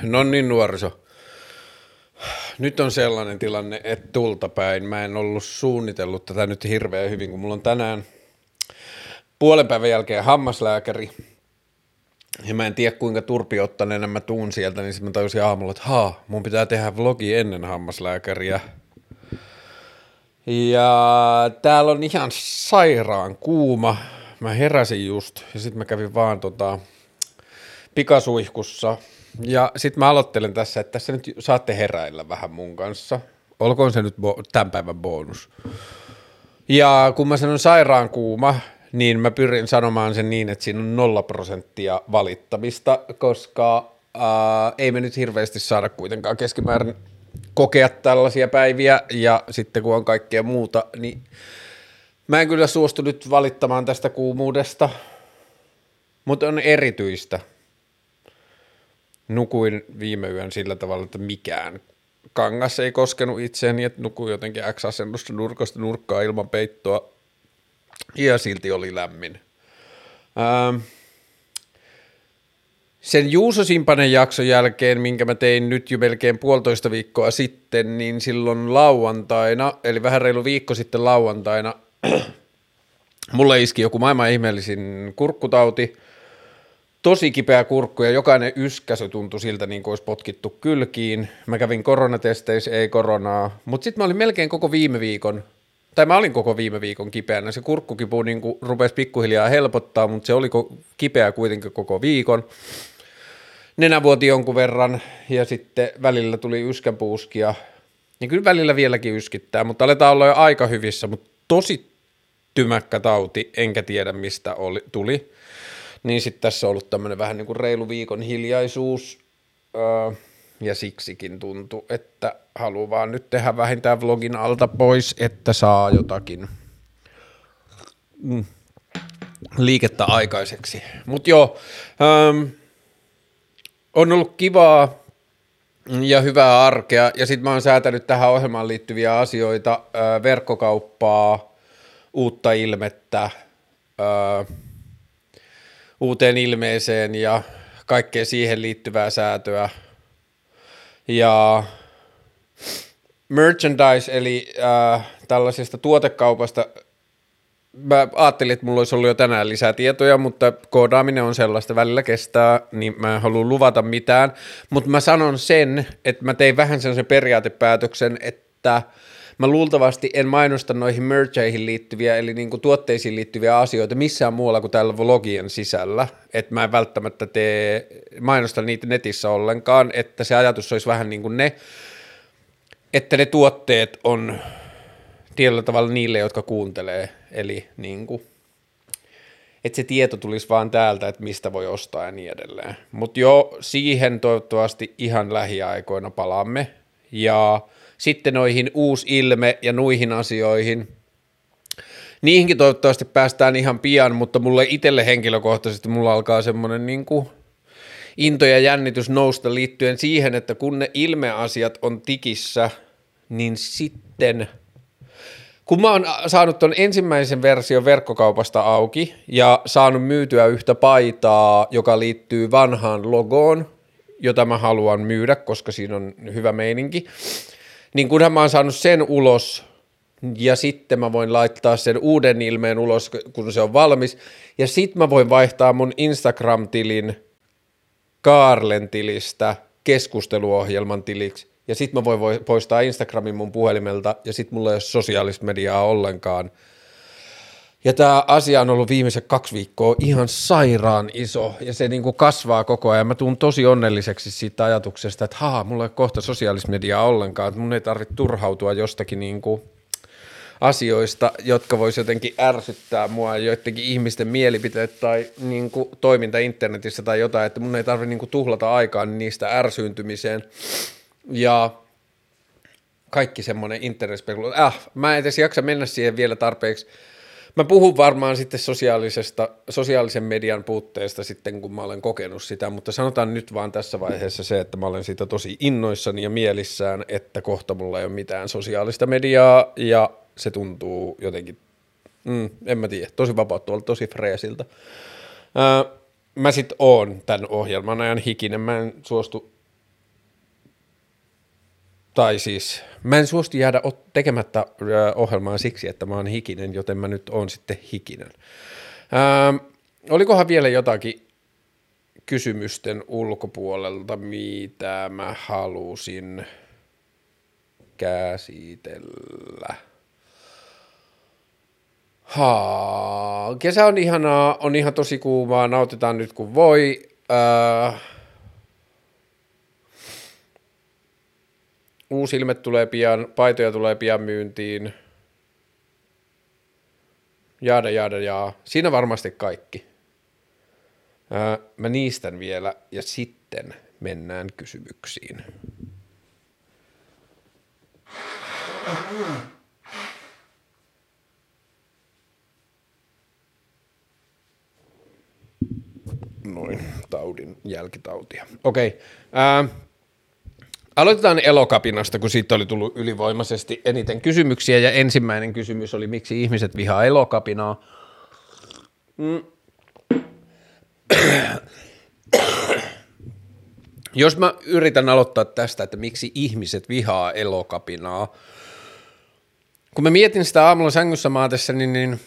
No niin, nuoriso. Nyt on sellainen tilanne, että tulta päin. Mä en ollut suunnitellut tätä nyt hirveän hyvin, kun mulla on tänään puolen päivän jälkeen hammaslääkäri. Ja mä en tiedä, kuinka turpiottaneena mä tuun sieltä, niin sitten mä tajusin aamulla, että mun pitää tehdä vlogi ennen hammaslääkäriä. Ja täällä on ihan sairaan kuuma. Mä heräsin just ja sitten mä kävin vaan pikasuihkussa. Ja sitten mä aloittelen tässä, että tässä nyt saatte heräillä vähän mun kanssa. Olkoon se nyt tämän päivän bonus. Ja kun mä sanon sairaan kuuma, niin mä pyrin sanomaan sen niin, että siinä on 0% valittamista, koska ei me nyt hirveästi saada kuitenkaan keskimäärin kokea tällaisia päiviä, ja sitten kun on kaikkea muuta, niin mä en kyllä suostu nyt valittamaan tästä kuumuudesta, mutta on erityistä. Nukuin viime yön sillä tavalla, että mikään kangas ei koskenut itseäni, että nukuin jotenkin X-asennossa nurkasta nurkkaa ilman peittoa, ja silti oli lämmin. Sen Juuso Simpanen jakson jälkeen, minkä mä tein nyt jo melkein 1,5 viikkoa sitten, niin silloin lauantaina, eli vähän reilu viikko sitten lauantaina, mulle iski joku maailman ihmeellisin kurkkutauti, tosi kipeä kurkku ja jokainen yskäsy tuntui siltä niin kuin olisi potkittu kylkiin. Mä kävin koronatesteissä, ei koronaa, mutta sitten mä olin melkein koko viime viikon, tai mä olin koko viime viikon kipeänä. Se kurkkukipu niin kuin rupesi pikkuhiljaa helpottaa, mutta se oli kipeä kuitenkin koko viikon. Nenä vuoti jonkun verran ja sitten välillä tuli yskänpuuskia. Ja kyllä välillä vieläkin yskittää, mutta aletaan olla jo aika hyvissä, mutta tosi tymäkkä tauti, enkä tiedä mistä tuli. Niin sitten tässä on ollut tämmöinen vähän niin kuin reilu viikon hiljaisuus, ja siksikin tuntui, että haluan vaan nyt tehdä vähintään vlogin alta pois, että saa jotakin liikettä aikaiseksi. Mutta joo, on ollut kivaa ja hyvää arkea, ja sitten mä oon säätänyt tähän ohjelmaan liittyviä asioita, verkkokauppaa, uutta ilmettä, uuteen ilmeeseen ja kaikkea siihen liittyvää säätöä. Ja merchandise, eli tällaisesta tuotekaupasta, mä ajattelin, että mulla olisi ollut jo tänään lisää tietoja, mutta koodaaminen on sellaista, välillä kestää, niin mä en halua luvata mitään. Mutta mä sanon sen, että mä tein vähän sellaisen periaatepäätöksen, että mä luultavasti en mainosta noihin mercheihin liittyviä, eli niin kuin tuotteisiin liittyviä asioita missään muualla kuin täällä vlogien sisällä, että mä en välttämättä mainosta niitä netissä ollenkaan, että se ajatus olisi vähän niin kuin että ne tuotteet on tietyllä tavalla niille, jotka kuuntelee, eli niin kuin, että se tieto tulisi vaan täältä, että mistä voi ostaa ja niin edelleen. Mutta jo siihen toivottavasti ihan lähiaikoina palaamme, ja sitten noihin uusi ilme ja nuihin asioihin, niihinkin toivottavasti päästään ihan pian, mutta mulle itselle henkilökohtaisesti mulla alkaa semmoinen niin kuin into ja jännitys nousta liittyen siihen, että kun ne ilmeasiat on tikissä, niin sitten kun mä oon saanut ton ensimmäisen version verkkokaupasta auki ja saanut myytyä yhtä paitaa, joka liittyy vanhaan logoon, jota mä haluan myydä, koska siinä on hyvä meininki, niin kunhan mä oon saanut sen ulos ja sitten mä voin laittaa sen uuden ilmeen ulos, kun se on valmis, ja sitten mä voin vaihtaa mun Instagram-tilin Kaarlen tilistä keskusteluohjelman tiliksi, ja sitten mä voin poistaa Instagramin mun puhelimelta, ja sitten mulla ei ole sosiaalista mediaa ollenkaan. Ja tämä asia on ollut viimeiset 2 viikkoa ihan sairaan iso, ja se niinku kasvaa koko ajan. Mä tuun tosi onnelliseksi siitä ajatuksesta, että mulla ei ole kohta sosiaalista mediaa ollenkaan, että mun ei tarvitse turhautua jostakin niinku asioista, jotka vois jotenkin ärsyttää mua, joidenkin ihmisten mielipiteet tai niinku toiminta internetissä tai jotain, että mun ei tarvitse niinku tuhlata aikaa niistä ärsyyntymiseen. Ja kaikki semmoinen internetspekulu. Mä en edes jaksa mennä siihen vielä tarpeeksi. Mä puhun varmaan sitten sosiaalisen median puutteesta sitten, kun mä olen kokenut sitä, mutta sanotaan nyt vaan tässä vaiheessa se, että mä olen siitä tosi innoissani ja mielissään, että kohta mulla ei ole mitään sosiaalista mediaa, ja se tuntuu jotenkin, en mä tiedä, tosi vapauttavalta, tosi freesiltä. Mä sit oon tämän ohjelman ajan hikinen, mä en suostu Tai siis, mä en suostu jäädä tekemättä ohjelmaa siksi, että mä oon hikinen, joten mä nyt oon sitten hikinen. Olikohan vielä jotakin kysymysten ulkopuolelta, mitä mä halusin käsitellä? Kesä on ihanaa, on ihan tosi kuumaa, nautitaan nyt kun voi. Uusi ilme tulee pian, paitoja tulee pian myyntiin. Jaada. Siinä varmasti kaikki. Mä niistän vielä ja sitten mennään kysymyksiin. Noin, taudin jälkitautia. Okei. Aloitetaan Elokapinasta, kun siitä oli tullut ylivoimaisesti eniten kysymyksiä, ja ensimmäinen kysymys oli, miksi ihmiset vihaa Elokapinaa. Jos mä yritän aloittaa tästä, että miksi ihmiset vihaa Elokapinaa, kun mä mietin sitä aamulla sängyssä maatessa, niin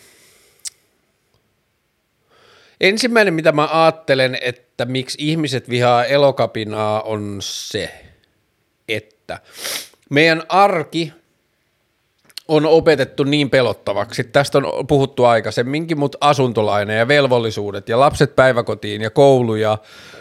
ensimmäinen, mitä mä ajattelen, että miksi ihmiset vihaa Elokapinaa, on se, että meidän arki on opetettu niin pelottavaksi. Tästä on puhuttu aikaisemminkin, mutta asuntolaina ja velvollisuudet ja lapset päiväkotiin ja koulu ja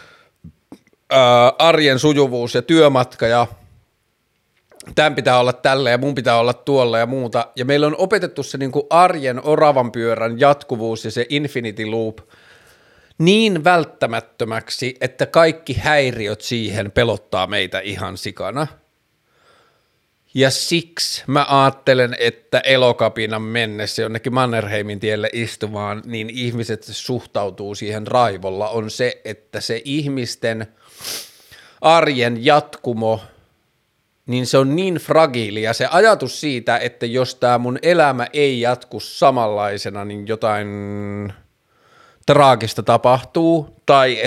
arjen sujuvuus ja työmatka ja tämän pitää olla tällä ja mun pitää olla tuolla ja muuta. Ja meillä on opetettu se niin kuin arjen oravan pyörän jatkuvuus ja se infinity loop niin välttämättömäksi, että kaikki häiriöt siihen pelottaa meitä ihan sikana. Ja siksi mä ajattelen, että Elokapinan mennessä jonnekin Mannerheimin tielle istumaan, niin ihmiset suhtautuu siihen raivolla, on se, että se ihmisten arjen jatkumo, niin se on niin fragiili, ja se ajatus siitä, että jos tämä mun elämä ei jatku samanlaisena, niin jotain traagista tapahtuu, tai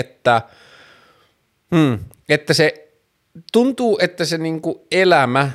että se tuntuu, että se niinku elämä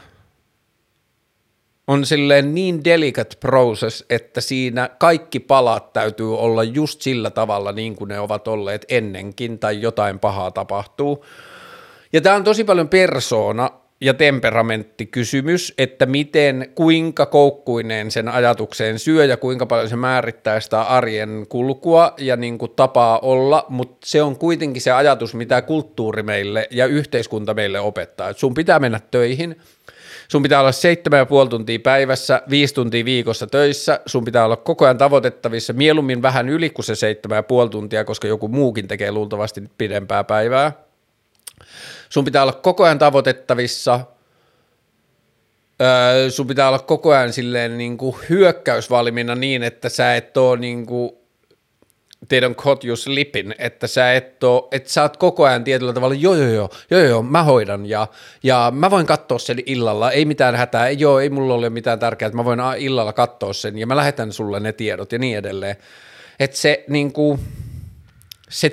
on silleen niin delicate process, että siinä kaikki palat täytyy olla just sillä tavalla niin kuin ne ovat olleet ennenkin, tai jotain pahaa tapahtuu. Ja tämä on tosi paljon persoona ja temperamenttikysymys, että kuinka koukkuineen sen ajatukseen syö ja kuinka paljon se määrittää sitä arjen kulkua ja niin kuin tapaa olla, mutta se on kuitenkin se ajatus, mitä kulttuuri meille ja yhteiskunta meille opettaa, että sun pitää mennä töihin, sun pitää olla 7,5 tuntia päivässä, 5 tuntia viikossa töissä, sun pitää olla koko ajan tavoitettavissa, mieluummin vähän yli kuin se 7,5 tuntia, koska joku muukin tekee luultavasti pidempää päivää. Sun pitää olla koko ajan tavoitettavissa, sun pitää olla koko ajan silleen niin kuin hyökkäysvalmiina niin, että sä et oo niin kuin, they don't caught you slipping, että sä oot koko ajan tietyllä tavalla, joo, mä hoidan ja mä voin katsoa sen illalla, ei mitään hätää, ei mulla ole mitään tärkeää, että mä voin illalla katsoa sen ja mä lähetän sulle ne tiedot ja niin edelleen, että se niinku se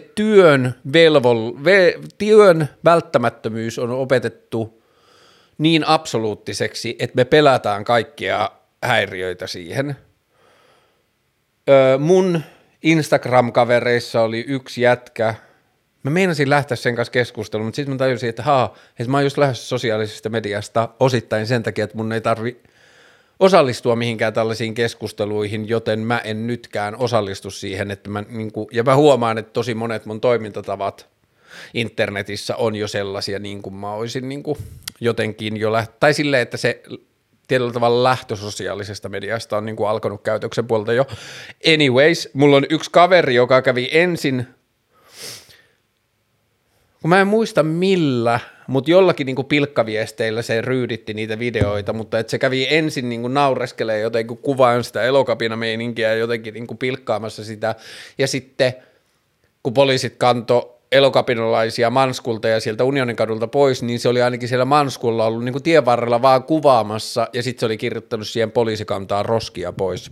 työn välttämättömyys on opetettu niin absoluuttiseksi, että me pelätään kaikkia häiriöitä siihen. Mun Instagram-kavereissa oli yksi jätkä, mä meinasin lähteä sen kanssa keskusteluun, mutta sitten mä tajusin, että mä oon just lähdössä sosiaalisesta mediasta osittain sen takia, että mun ei tarvi osallistua mihinkään tällaisiin keskusteluihin, joten mä en nytkään osallistu siihen, että ja mä huomaan, että tosi monet mun toimintatavat internetissä on jo sellaisia, niin kuin mä olisin jotenkin jo tai silleen, että se tietyllä tavalla lähtö sosiaalisesta mediasta on alkanut käytöksen puolelta jo. Anyways, mulla on yksi kaveri, joka kävi ensin, kun mä en muista millä, mutta jollakin pilkkaviesteillä se ryyditti niitä videoita, mutta että se kävi ensin naureskelee jotenkin kuvaan sitä Elokapina-meininkiä ja jotenkin pilkkaamassa sitä, ja sitten kun poliisit kantoi elokapinalaisia manskulta sieltä Unionin kadulta pois, niin se oli ainakin siellä manskulla ollut tien varrella vaan kuvaamassa, ja sitten se oli kirjoittanut siihen poliisikantaan roskia pois.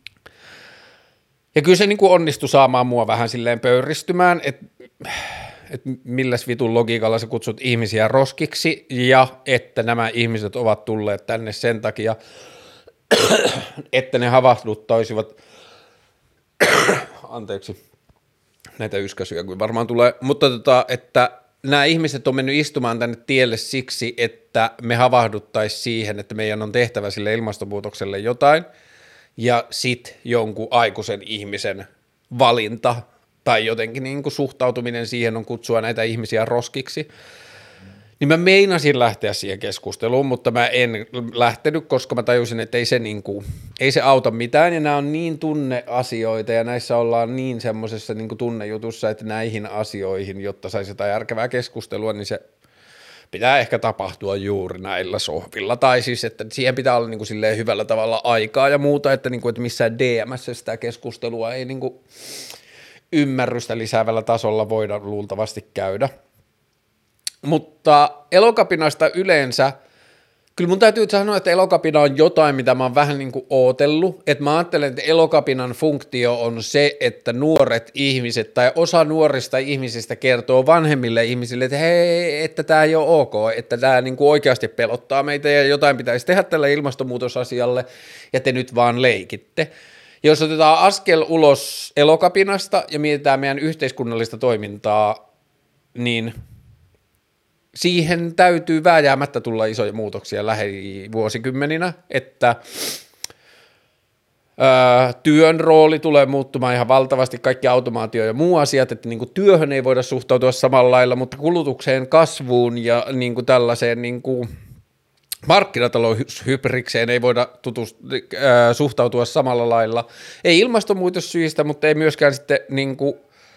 Ja kyllä se onnistui saamaan mua vähän silleen pöyristymään, että milläs vitun logiikalla sä kutsut ihmisiä roskiksi ja että nämä ihmiset ovat tulleet tänne sen takia, että ne havahduttaisivat, anteeksi, näitä yskäsyjä kuin varmaan tulee, mutta että nämä ihmiset on mennyt istumaan tänne tielle siksi, että me havahduttaisiin siihen, että meidän on tehtävä sille ilmastonmuutokselle jotain, ja sit jonkun aikuisen ihmisen valinta tai jotenkin niin kuin suhtautuminen siihen on kutsua näitä ihmisiä roskiksi. Niin mä meinasin lähteä siihen keskusteluun, mutta mä en lähtenyt, koska mä tajusin, että ei se auta mitään, ja nämä on niin tunneasioita, ja näissä ollaan niin semmoisessa niin kuin tunnejutussa, että näihin asioihin, jotta saisi jotain järkevää keskustelua, niin se pitää ehkä tapahtua juuri näillä sohvilla, tai siis, että siihen pitää olla niin kuin silleen hyvällä tavalla aikaa ja muuta, että, niin kuin, että missään DM:ssä sitä keskustelua ei niin kuin ymmärrystä lisäävällä tasolla voida luultavasti käydä. Mutta Elokapinasta yleensä, kyllä mun täytyy sanoa, että Elokapina on jotain, mitä mä oon vähän niin kuin ootellut, että mä ajattelen, että Elokapinan funktio on se, että nuoret ihmiset tai osa nuorista ihmisistä kertoo vanhemmille ihmisille, että hei, että tämä ei ole ok, että tämä niin kuin oikeasti pelottaa meitä ja jotain pitäisi tehdä tälle ilmastonmuutosasialle ja te nyt vaan leikitte. Jos otetaan askel ulos Elokapinasta ja mietitään meidän yhteiskunnallista toimintaa, niin siihen täytyy vääjäämättä tulla isoja muutoksia lähivuosikymmeninä, että työn rooli tulee muuttumaan ihan valtavasti, kaikki automaatio ja muu asiat, että niin kuin työhön ei voida suhtautua samalla lailla, mutta kulutukseen, kasvuun ja niin kuin tällaiseen niin kuin markkinataloushybrikseen ei voida suhtautua samalla lailla. Ei ilmastonmuutossyistä, mutta ei myöskään sitten niin kuin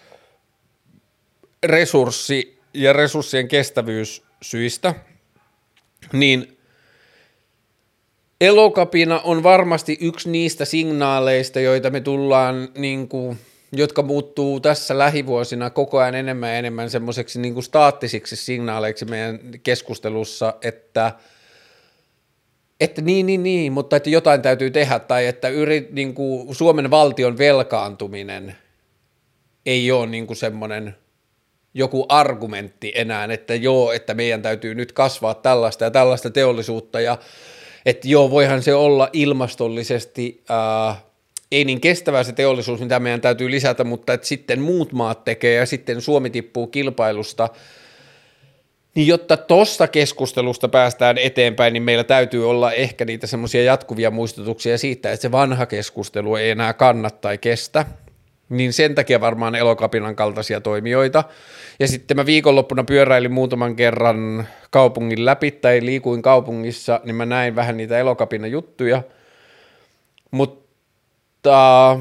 resurssi- ja resurssien kestävyyssyistä, niin Elokapina on varmasti yksi niistä signaaleista, joita me tullaan, niin kuin, jotka muuttuu tässä lähivuosina koko ajan enemmän ja enemmän semmoiseksi niin kuin staattisiksi signaaleiksi meidän keskustelussa, että niin, mutta että jotain täytyy tehdä, tai että niin kuin Suomen valtion velkaantuminen ei ole niin kuin semmoinen joku argumentti enää, että joo, että meidän täytyy nyt kasvaa tällaista ja tällaista teollisuutta, ja että joo, voihan se olla ilmastollisesti ei niin kestävää se teollisuus, mitä meidän täytyy lisätä, mutta että sitten muut maat tekee, ja sitten Suomi tippuu kilpailusta, niin jotta tuosta keskustelusta päästään eteenpäin, niin meillä täytyy olla ehkä niitä semmoisia jatkuvia muistutuksia siitä, että se vanha keskustelu ei enää kannata tai kestä, niin sen takia varmaan Elokapinan kaltaisia toimijoita. Ja sitten mä viikonloppuna pyöräilin muutaman kerran kaupungin läpi tai liikuin kaupungissa, niin mä näin vähän niitä Elokapinan juttuja, mutta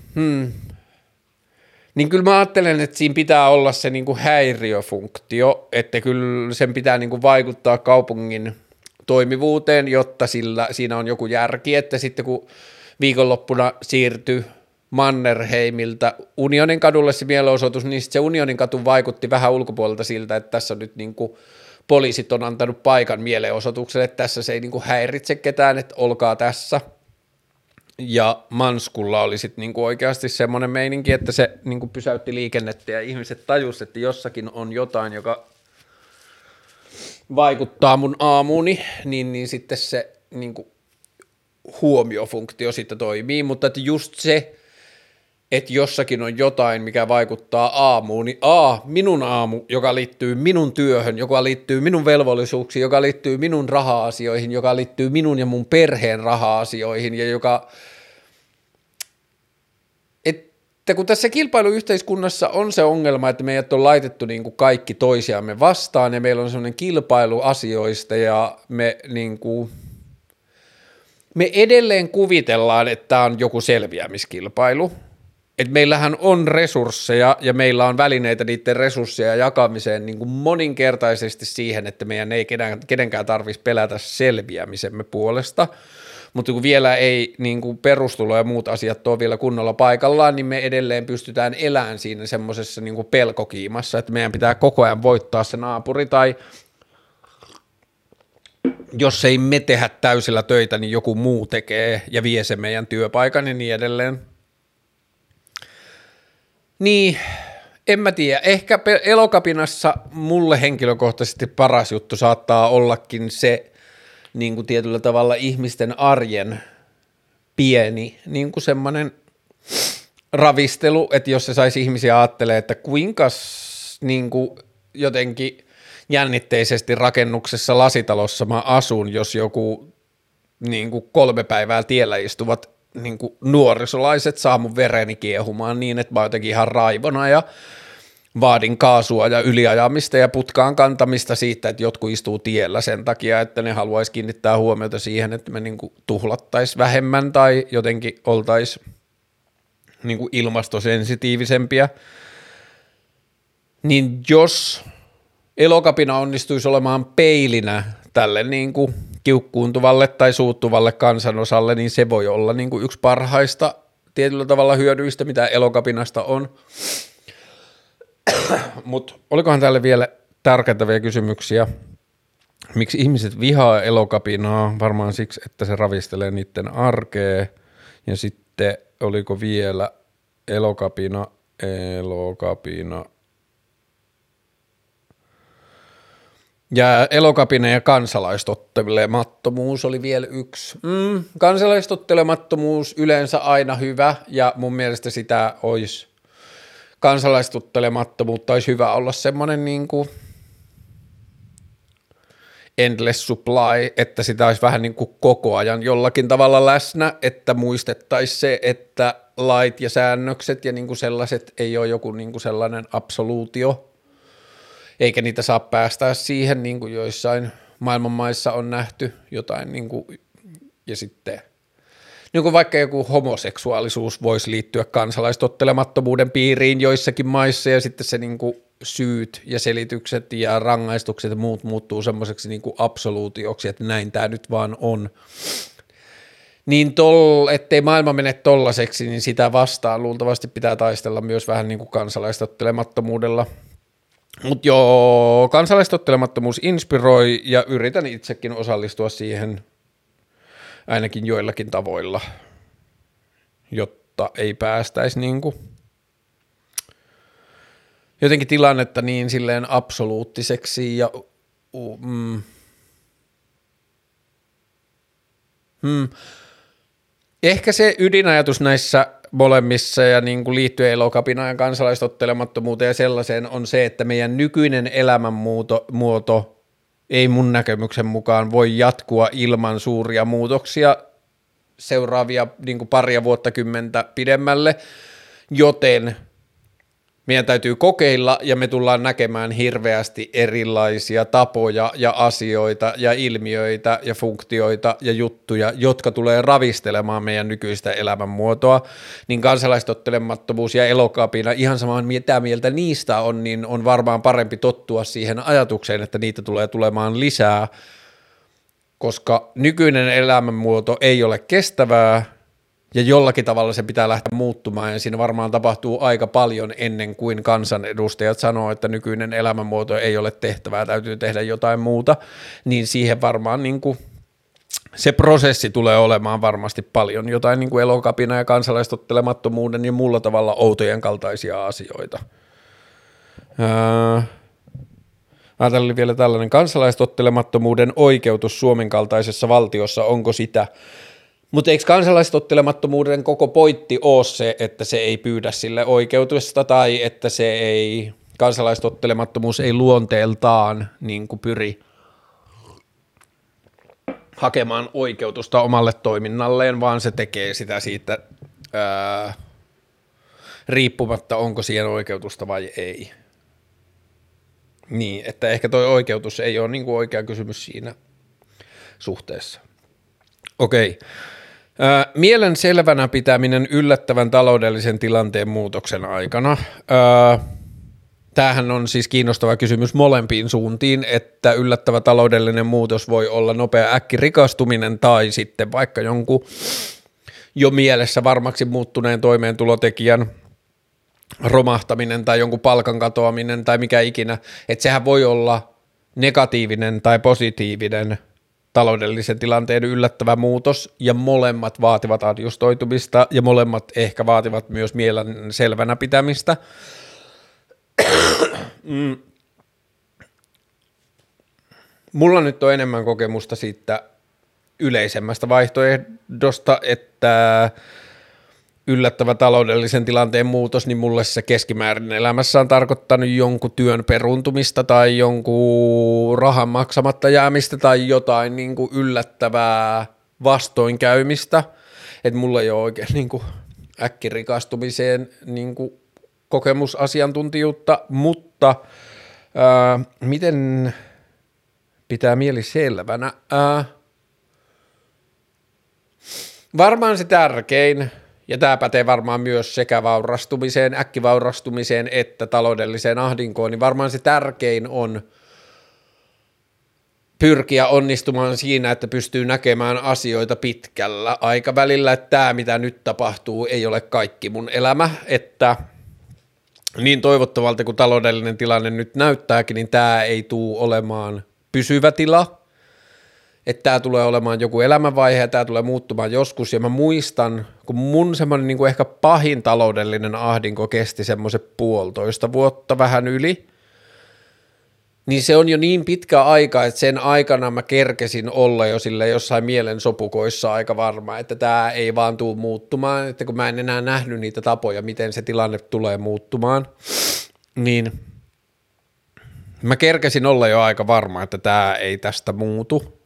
niin kyllä mä ajattelen, että siinä pitää olla se niin kuin häiriöfunktio, että kyllä sen pitää niin kuin vaikuttaa kaupungin toimivuuteen, jotta siinä on joku järki, että sitten kun viikonloppuna siirtyi Mannerheimiltä Unionin kadulle se mielenosoitus, niin se Unionin katu vaikutti vähän ulkopuolelta siltä, että tässä nyt niin kuin poliisit on antanut paikan mielenosoitukselle, että tässä se ei niin kuin häiritse ketään, että olkaa tässä. Ja Manskulla oli sitten niin kuin oikeasti semmoinen meininki, että se niin kuin pysäytti liikennettä ja ihmiset tajusivat, että jossakin on jotain, joka vaikuttaa mun aamuuni, niin sitten se niin kuin huomiofunktio sitten toimii, mutta että just se, että jossakin on jotain, mikä vaikuttaa aamuun, niin minun aamu, joka liittyy minun työhön, joka liittyy minun velvollisuuksiin, joka liittyy minun raha-asioihin, joka liittyy minun ja mun perheen raha-asioihin, ja joka, että kun tässä kilpailuyhteiskunnassa on se ongelma, että meidät on laitettu niin kuin kaikki toisiamme vastaan, ja meillä on sellainen kilpailu asioista, ja me edelleen kuvitellaan, että tämä on joku selviämiskilpailu. Et meillähän on resursseja ja meillä on välineitä niiden resursseja jakamiseen niin kuin moninkertaisesti siihen, että meidän ei kenenkään tarvitsisi pelätä selviämisemme puolesta, mutta kun vielä ei niin kuin perustulo ja muut asiat ole vielä kunnolla paikallaan, niin me edelleen pystytään elämään siinä semmoisessa niin kuin pelkokiimassa, että meidän pitää koko ajan voittaa se naapuri, tai jos ei me tehdä täysillä töitä, niin joku muu tekee ja vie se meidän työpaikan ja niin edelleen. Niin, En mä tiedä, ehkä Elokapinassa mulle henkilökohtaisesti paras juttu saattaa ollakin se niin kuin tietyllä tavalla ihmisten arjen pieni niin kuin semmoinen ravistelu, että jos se saisi ihmisiä ajattelemaan, että kuinka niin kuin jotenkin jännitteisesti rakennuksessa lasitalossa mä asun, jos joku niin kuin 3 päivää tiellä istuvat niin kuin nuorisolaiset saa mun vereni kiehumaan niin, että mä oon jotenkin ihan raivona ja vaadin kaasua ja yliajamista ja putkaan kantamista siitä, että jotkut istuu tiellä sen takia, että ne haluaisi kiinnittää huomiota siihen, että me niin kuin tuhlattaisiin vähemmän tai jotenkin oltaisiin niin kuin ilmastosensitiivisempiä. Niin jos Elokapina onnistuisi olemaan peilinä tälle niin kuin kiukkuuntuvalle tai suuttuvalle kansanosalle, niin se voi olla niin kuin yksi parhaista tietyllä tavalla hyödyistä, mitä Elokapinasta on. Mutta olikohan täällä vielä tärkeitäviä kysymyksiä? Miksi ihmiset vihaa Elokapinaa? Varmaan siksi, että se ravistelee niiden arkea. Ja sitten oliko vielä Elokapina. Ja Elokapina ja kansalaistottelemattomuus oli vielä yksi. Kansalaistottelemattomuus yleensä aina hyvä, ja mun mielestä sitä olisi, kansalaistottelemattomuutta olisi hyvä olla semmoinen niin kuin endless supply, että sitä olisi vähän niin kuin koko ajan jollakin tavalla läsnä, että muistettaisiin se, että lait ja säännökset ja niin kuin sellaiset ei ole joku niin kuin sellainen absoluutio, eikä niitä saa päästää siihen, niin kuin joissain maailmanmaissa on nähty jotain, niin kuin, ja sitten niin kuin vaikka joku homoseksuaalisuus voisi liittyä kansalaistottelemattomuuden piiriin joissakin maissa, ja sitten se niin kuin syyt ja selitykset ja rangaistukset ja muut muuttuu semmoiseksi niin kuin absoluutioksi, että näin tämä nyt vaan on. Niin ettei maailma mene tollaiseksi, niin sitä vastaan luultavasti pitää taistella myös vähän niin kuin kansalaistottelemattomuudella. Mutta joo, kansalaistottelemattomuus inspiroi ja yritän itsekin osallistua siihen ainakin joillakin tavoilla, jotta ei päästäisi niinku jotenkin tilannetta niin silleen absoluuttiseksi ja ehkä se ydinajatus näissä molemmissa ja niin kuin liittyen Elokapinaan ja kansalaistottelemattomuuteen ja sellaiseen on se, että meidän nykyinen elämänmuoto ei mun näkemyksen mukaan voi jatkua ilman suuria muutoksia seuraavia niin kuin paria vuotta pidemmälle, joten meidän täytyy kokeilla ja me tullaan näkemään hirveästi erilaisia tapoja ja asioita ja ilmiöitä ja funktioita ja juttuja, jotka tulee ravistelemaan meidän nykyistä elämänmuotoa, niin kansalaistottelemattomuus ja Elokapina, ihan samaan mitä mieltä niistä on, niin on varmaan parempi tottua siihen ajatukseen, että niitä tulee tulemaan lisää, koska nykyinen elämänmuoto ei ole kestävää, ja jollakin tavalla se pitää lähteä muuttumaan, ja siinä varmaan tapahtuu aika paljon ennen kuin kansanedustajat sanoo, että nykyinen elämänmuoto ei ole tehtävää, täytyy tehdä jotain muuta, niin siihen varmaan niin kuin se prosessi tulee olemaan varmasti paljon jotain niin kuin Elokapina ja kansalaistottelemattomuuden ja muulla tavalla outojen kaltaisia asioita. Ajattelin vielä tällainen kansalaistottelemattomuuden oikeutus Suomen kaltaisessa valtiossa, onko sitä? Mutta eikö kansalaistottelemattomuuden koko pointti ole se, että se ei pyydä sille oikeutusta tai että se ei, kansalaistottelemattomuus ei luonteeltaan niin kuin pyri hakemaan oikeutusta omalle toiminnalleen, vaan se tekee sitä siitä riippumatta, onko siihen oikeutusta vai ei. Niin, että ehkä toi oikeutus ei ole niin kuin oikea kysymys siinä suhteessa. Okei. Mielen selvänä pitäminen yllättävän taloudellisen tilanteen muutoksen aikana. Tämähän on siis kiinnostava kysymys molempiin suuntiin, että yllättävä taloudellinen muutos voi olla nopea äkkirikastuminen tai sitten vaikka jonkun jo mielessä varmaksi muuttuneen toimeentulotekijän romahtaminen tai jonkun palkan katoaminen tai mikä ikinä, että sehän voi olla negatiivinen tai positiivinen taloudellisen tilanteen yllättävä muutos, ja molemmat vaativat adjustoitumista, ja molemmat ehkä vaativat myös mielen selvänä pitämistä. Mulla nyt on enemmän kokemusta siitä yleisemmästä vaihtoehdosta, että yllättävä taloudellisen tilanteen muutos, niin mulle se keskimäärin elämässä on tarkoittanut jonkun työn peruuntumista tai jonkun rahan maksamatta jäämistä tai jotain niin kuin yllättävää vastoinkäymistä, että mulla ei ole oikein niin kuin äkkirikastumiseen niin kuin kokemusasiantuntijuutta, mutta miten pitää mieli selvänä? Varmaan se tärkein, ja tämä pätee varmaan myös sekä vaurastumiseen, äkkivaurastumiseen että taloudelliseen ahdinkoon, niin varmaan se tärkein on pyrkiä onnistumaan siinä, että pystyy näkemään asioita pitkällä aikavälillä, että tämä mitä nyt tapahtuu ei ole kaikki mun elämä, että niin toivottavalta kuin taloudellinen tilanne nyt näyttääkin, niin tämä ei tule olemaan pysyvä tila, että tämä tulee olemaan joku elämänvaihe ja tämä tulee muuttumaan joskus, ja mä muistan, kun mun semmoinen niin kuin ehkä pahin taloudellinen ahdinko kesti semmoisen 1,5 vuotta vähän yli, niin se on jo niin pitkä aika, että sen aikana mä kerkesin olla jo sille jossain mielen sopukoissa aika varma, että tämä ei vaan tule muuttumaan, että kun mä en enää nähnyt niitä tapoja, miten se tilanne tulee muuttumaan, niin mä kerkesin olla jo aika varma, että tämä ei tästä muutu.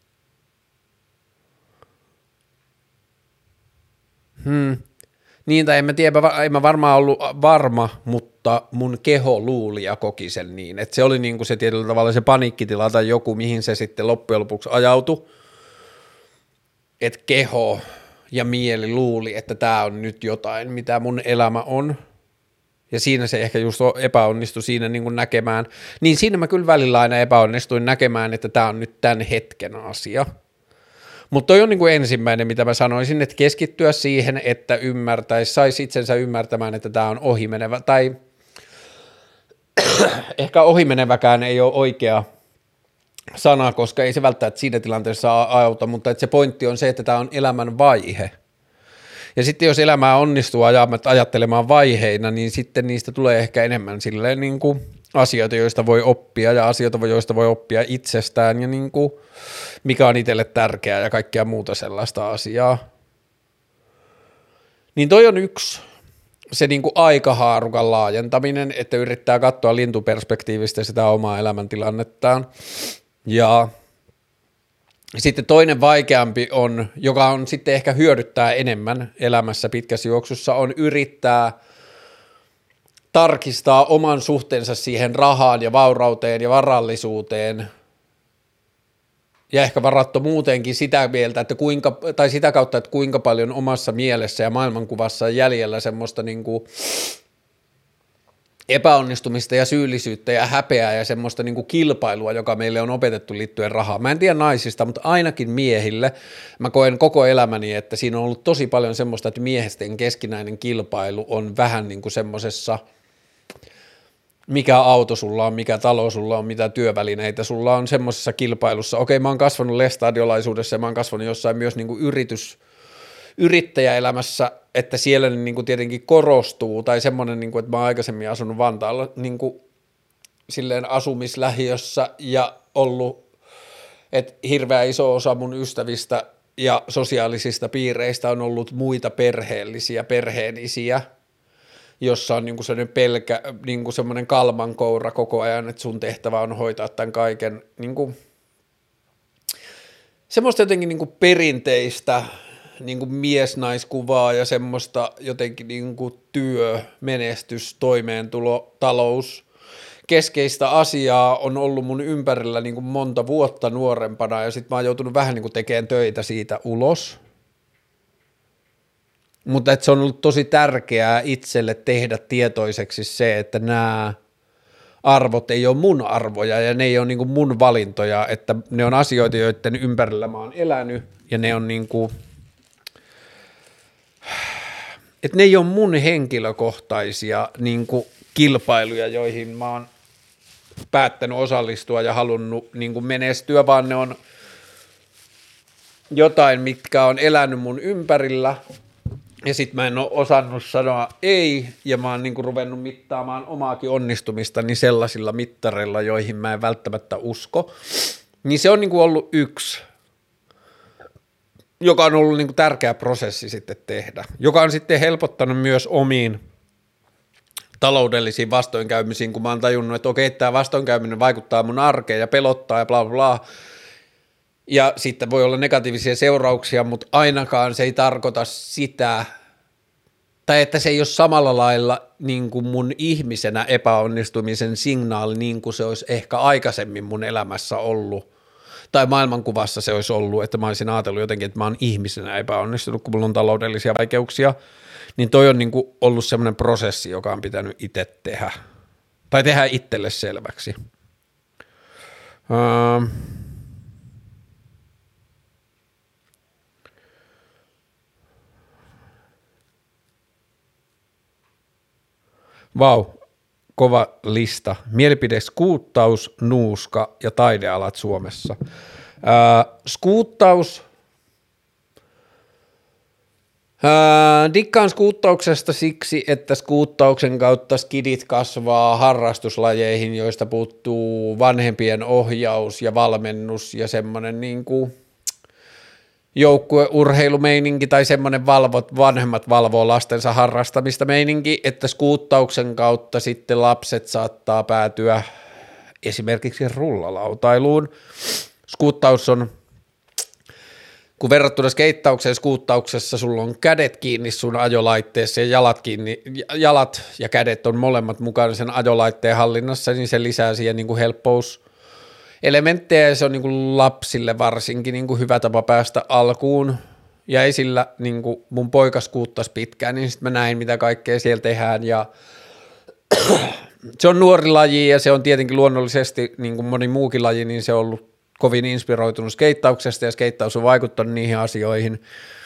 Niin, tai en mä tiedä, en mä varmaan ollut varma, mutta mun keho luuli ja koki sen niin, että se oli niin kuin se tietyllä tavalla se paniikkitila tai joku, mihin se sitten loppujen lopuksi ajautui, että keho ja mieli luuli, että tämä on nyt jotain, mitä mun elämä on, ja siinä se ehkä just epäonnistui siinä niin kuin näkemään, niin siinä mä kyllä välillä aina epäonnistuin näkemään, että tämä on nyt tämän hetken asia. Mutta toi on niin kuin ensimmäinen, mitä mä sanoisin, että keskittyä siihen, että saisi itsensä ymmärtämään, että tämä on ohimenevä, tai ehkä ohimeneväkään ei ole oikea sana, koska ei se välttämättä siinä tilanteessa auta, mutta että se pointti on se, että tämä on elämän vaihe. Ja sitten jos elämää onnistuu ajattelemaan vaiheina, niin sitten niistä tulee ehkä enemmän silleen niin kuin asioita, joista voi oppia ja asioita, joista voi oppia itsestään ja niin kuin mikä on itselle tärkeää ja kaikkea muuta sellaista asiaa. Niin toi on yksi, se niin kuin aikahaarukan laajentaminen, että yrittää katsoa lintuperspektiivistä sitä omaa elämäntilannettaan. Ja sitten toinen vaikeampi on, joka on sitten ehkä hyödyttää enemmän elämässä pitkässä juoksussa, on yrittää tarkistaa oman suhteensa siihen rahaan ja vaurauteen ja varallisuuteen ja ehkä varattomuuteenkin sitä mieltä, että sitä kautta, että kuinka paljon omassa mielessä ja maailmankuvassa on jäljellä semmoista niin kuin epäonnistumista ja syyllisyyttä ja häpeää ja semmoista niin kuin kilpailua, joka meille on opetettu liittyen rahaan. Mä en tiedä naisista, mutta ainakin miehille mä koen koko elämäni, että siinä on ollut tosi paljon semmoista, että miesten keskinäinen kilpailu on vähän niin kuin semmosessa, mikä auto sulla on, mikä talo sulla on, mitä työvälineitä sulla on semmoisessa kilpailussa. Okei, mä oon kasvanut lestadiolaisuudessa ja mä oon kasvanut jossain myös niin kuin yrittäjäelämässä, että siellä niin kuin tietenkin korostuu, tai semmoinen, niin kuin, että mä oon aikaisemmin asunut Vantaalla niin kuin silleen asumislähiössä ja ollut, että hirveän iso osa mun ystävistä ja sosiaalisista piireistä on ollut muita perheellisiä, perheenisiä, jossa on niinku sellainen niinku semmoinen kalmankoura koko ajan, että sun tehtävä on hoitaa tämän kaiken niinku semmoista jotenkin niinku perinteistä niinku mies-naiskuvaa ja semmoista jotenkin niinku työ, menestys, toimeentulo, talous, keskeistä asiaa on ollut mun ympärillä niinku monta vuotta nuorempana ja sit mä oon joutunut vähän niinku tekemään töitä siitä ulos. Mutta se on ollut tosi tärkeää itselle tehdä tietoiseksi se, että nämä arvot ei ole mun arvoja ja ne ei ole niinku mun valintoja, että ne on asioita, joiden ympärillä mä oon elänyt ja ne on niinku, että ne ei ole mun henkilökohtaisia niinku kilpailuja, joihin mä oon päättänyt osallistua ja halunnut niinku menestyä, vaan ne on jotain, mitkä on elänyt mun ympärillä Ja sit mä en ole osannut sanoa ei, ja mä oon niinku ruvennut mittaamaan omaakin onnistumistani sellaisilla mittareilla, joihin mä en välttämättä usko. Niin se on niinku ollut yksi, joka on ollut niinku tärkeä prosessi sitten tehdä, joka on sitten helpottanut myös omiin taloudellisiin vastoinkäymisiin, kun mä oon tajunnut, että okei, tämä vastoinkäyminen vaikuttaa mun arkeen ja pelottaa ja bla bla. Ja sitten voi olla negatiivisia seurauksia, mutta ainakaan se ei tarkoita sitä, tai että se ei ole samalla lailla niin kuin mun ihmisenä epäonnistumisen signaali, niin kuin se olisi ehkä aikaisemmin mun elämässä ollut, tai maailmankuvassa se olisi ollut, että mä olisin ajatellut jotenkin, että mä oon ihmisenä epäonnistunut, kun mulla on taloudellisia vaikeuksia, niin toi on niin kuin ollut semmoinen prosessi, joka on pitänyt itse tehdä, tai tehdä itselle selväksi. Vau, kova lista. Mielipide skuuttaus, nuuska ja taidealat Suomessa. Skuuttaus. Dikkaan skuuttauksesta siksi, että skuuttauksen kautta skidit kasvaa harrastuslajeihin, joista puuttuu vanhempien ohjaus ja valmennus ja semmoinen niin kuin joukkueurheilumeininki tai semmoinen vanhemmat valvoo lastensa harrastamista meininki, että skuuttauksen kautta sitten lapset saattaa päätyä esimerkiksi rullalautailuun. Skuuttaus on, kun verrattuna skeittaukseen, skuuttauksessa sulla on kädet kiinni sun ajolaitteessa ja jalat ja kädet on molemmat mukana sen ajolaitteen hallinnassa, niin se lisää siihen niin kuin helppouselementtejä ja se on niin kuin lapsille varsinkin niin kuin hyvä tapa päästä alkuun. Ja esillä niin kuin mun poika skuuttasi pitkään, niin sitten mä näin mitä kaikkea siellä tehdään ja se on nuori laji ja se on tietenkin luonnollisesti niin kuin moni muukin laji, niin se on ollut kovin inspiroitunut skeittauksesta ja skeittaus on vaikuttanut niihin asioihin,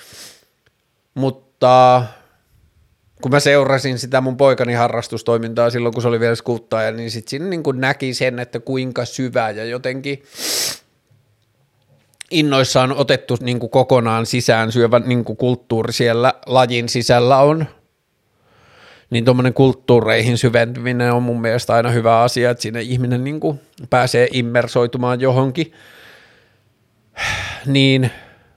mutta kun mä seurasin sitä mun poikani harrastustoimintaa silloin, kun se oli vielä skuuttaaja, niin sitten siinä niin kuin näki sen, että kuinka syvä ja jotenkin innoissaan otettu niin kuin kokonaan sisään syövä niin kuin kulttuuri siellä lajin sisällä on. Niin tuommoinen kulttuureihin syventyminen on mun mielestä aina hyvä asia, että siinä ihminen niin kuin pääsee immersoitumaan johonkin. Niin,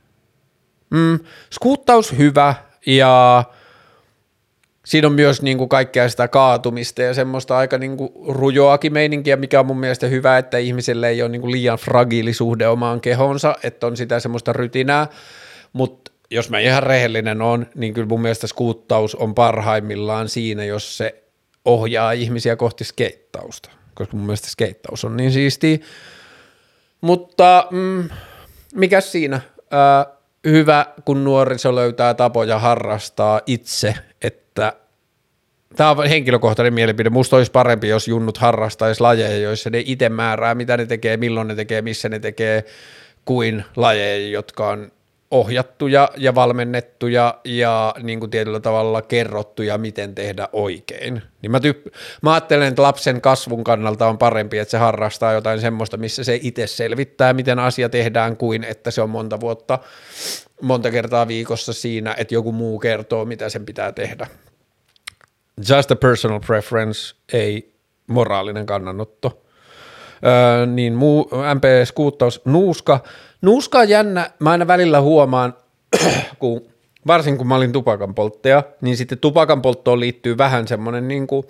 skuuttaus hyvä ja siinä on myös niin kuin kaikkea sitä kaatumista ja semmoista aika niin kuin rujoakin meininkiä, mikä on mun mielestä hyvä, että ihmiselle ei ole niin kuin liian fragiili suhde omaan kehonsa, että on sitä semmoista rytinää, mutta jos mä ihan rehellinen on, niin kyllä mun mielestä skuuttaus on parhaimmillaan siinä, jos se ohjaa ihmisiä kohti skeittausta, koska mun mielestä skeittaus on niin siistiä. Mutta mikäs siinä? Hyvä, kun nuoriso löytää tapoja harrastaa itse, että tämä on henkilökohtainen mielipide. Musta olisi parempi, jos junnut harrastaisi lajeja, joissa ne itse määrää, mitä ne tekee, milloin ne tekee, missä ne tekee, kuin lajeja, jotka on ohjattuja ja valmennettuja ja niin kuin tietyllä tavalla kerrottuja, miten tehdä oikein. Niin mä ajattelen, että lapsen kasvun kannalta on parempi, että se harrastaa jotain semmoista, missä se itse selvittää, miten asia tehdään, kuin että se on monta kertaa viikossa siinä, että joku muu kertoo, mitä sen pitää tehdä. Just a personal preference, ei moraalinen kannanotto. Niin MP-skuuttaus, nuuska on jännä, mä aina välillä huomaan, varsinkin kun mä olin tupakanpolttaja, niin sitten tupakanpolttoon liittyy vähän semmoinen niin kuin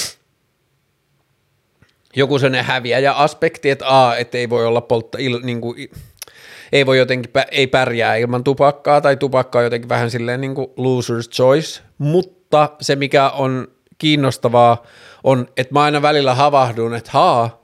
joku sellainen häviäjä-aspekti, että että ei voi olla niin kuin, ei voi jotenkin, ei pärjää ilman tupakkaa, tai tupakka on jotenkin vähän silleen niin kuin loser's choice, mutta se mikä on kiinnostavaa on, että mä aina välillä havahdun, että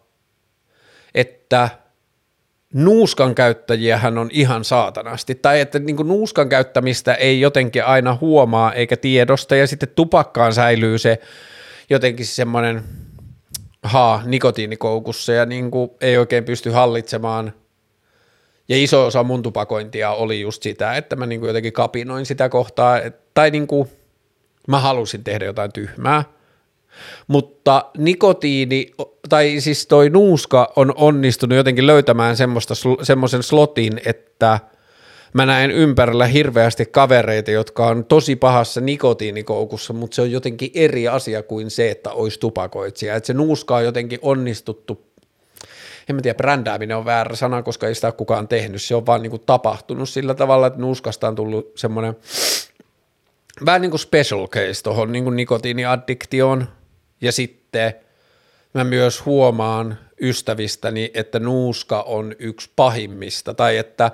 että nuuskan käyttäjiähän on ihan saatanasti, tai että niin kuin nuuskan käyttämistä ei jotenkin aina huomaa eikä tiedosta, ja sitten tupakkaan säilyy se jotenkin semmoinen nikotiinikoukussa, ja niin kuin ei oikein pysty hallitsemaan, ja iso osa mun tupakointia oli just sitä, että mä niin kuin jotenkin kapinoin sitä kohtaa, tai niin kuin mä halusin tehdä jotain tyhmää, mutta nikotiini, tai siis toi nuuska on onnistunut jotenkin löytämään semmoisen slotin, että mä näen ympärillä hirveästi kavereita, jotka on tosi pahassa nikotiinikoukussa, mutta se on jotenkin eri asia kuin se, että olisi tupakoitsija. Että se nuuska on jotenkin onnistuttu, en mä tiedä, brändääminen on väärä sana, koska ei sitä ole kukaan tehnyt. Se on vaan niin kuin tapahtunut sillä tavalla, että nuuskasta on tullut semmoinen vähän niin kuin special case tuohon niin kuin nikotiiniaddiktioon. Ja sitten mä myös huomaan ystävistäni, että nuuska on yksi pahimmista, tai että